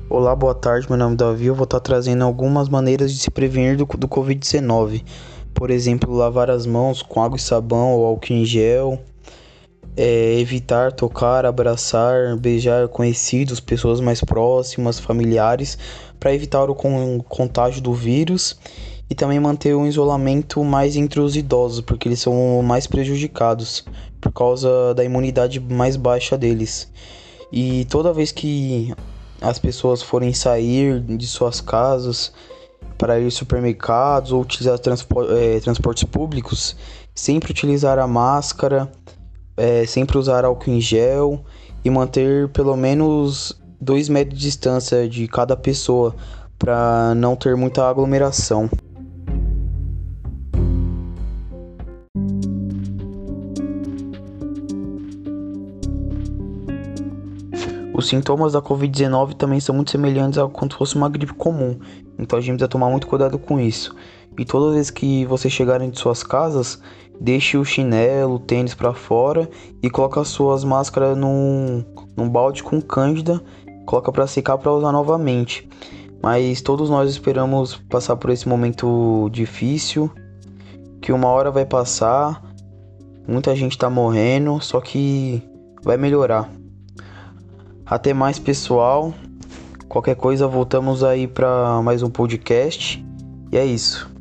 Olá, boa tarde. Meu nome é Davi. Eu vou estar trazendo algumas maneiras de se prevenir do Covid-19. Por exemplo, lavar as mãos com água e sabão ou álcool em gel. Evitar tocar, abraçar, beijar conhecidos, pessoas mais próximas, familiares, para evitar o contágio do vírus. E também manter um isolamento mais entre os idosos, porque eles são mais prejudicados por causa da imunidade mais baixa deles. E toda vez que as pessoas forem sair de suas casas para ir aos supermercados ou utilizar transportes públicos, sempre utilizar a máscara, sempre usar álcool em gel e manter pelo menos 2 metros de distância de cada pessoa para não ter muita aglomeração. Os sintomas da Covid-19 também são muito semelhantes a quando fosse uma gripe comum, então a gente precisa tomar muito cuidado com isso. E toda vez que vocês chegarem de suas casas, deixe o chinelo, o tênis para fora e coloque as suas máscaras num balde com cândida, coloca para secar para usar novamente. Mas todos nós esperamos passar por esse momento difícil, que uma hora vai passar, muita gente tá morrendo, só que vai melhorar. Até mais, pessoal. Qualquer coisa, voltamos aí para mais um podcast. E é isso.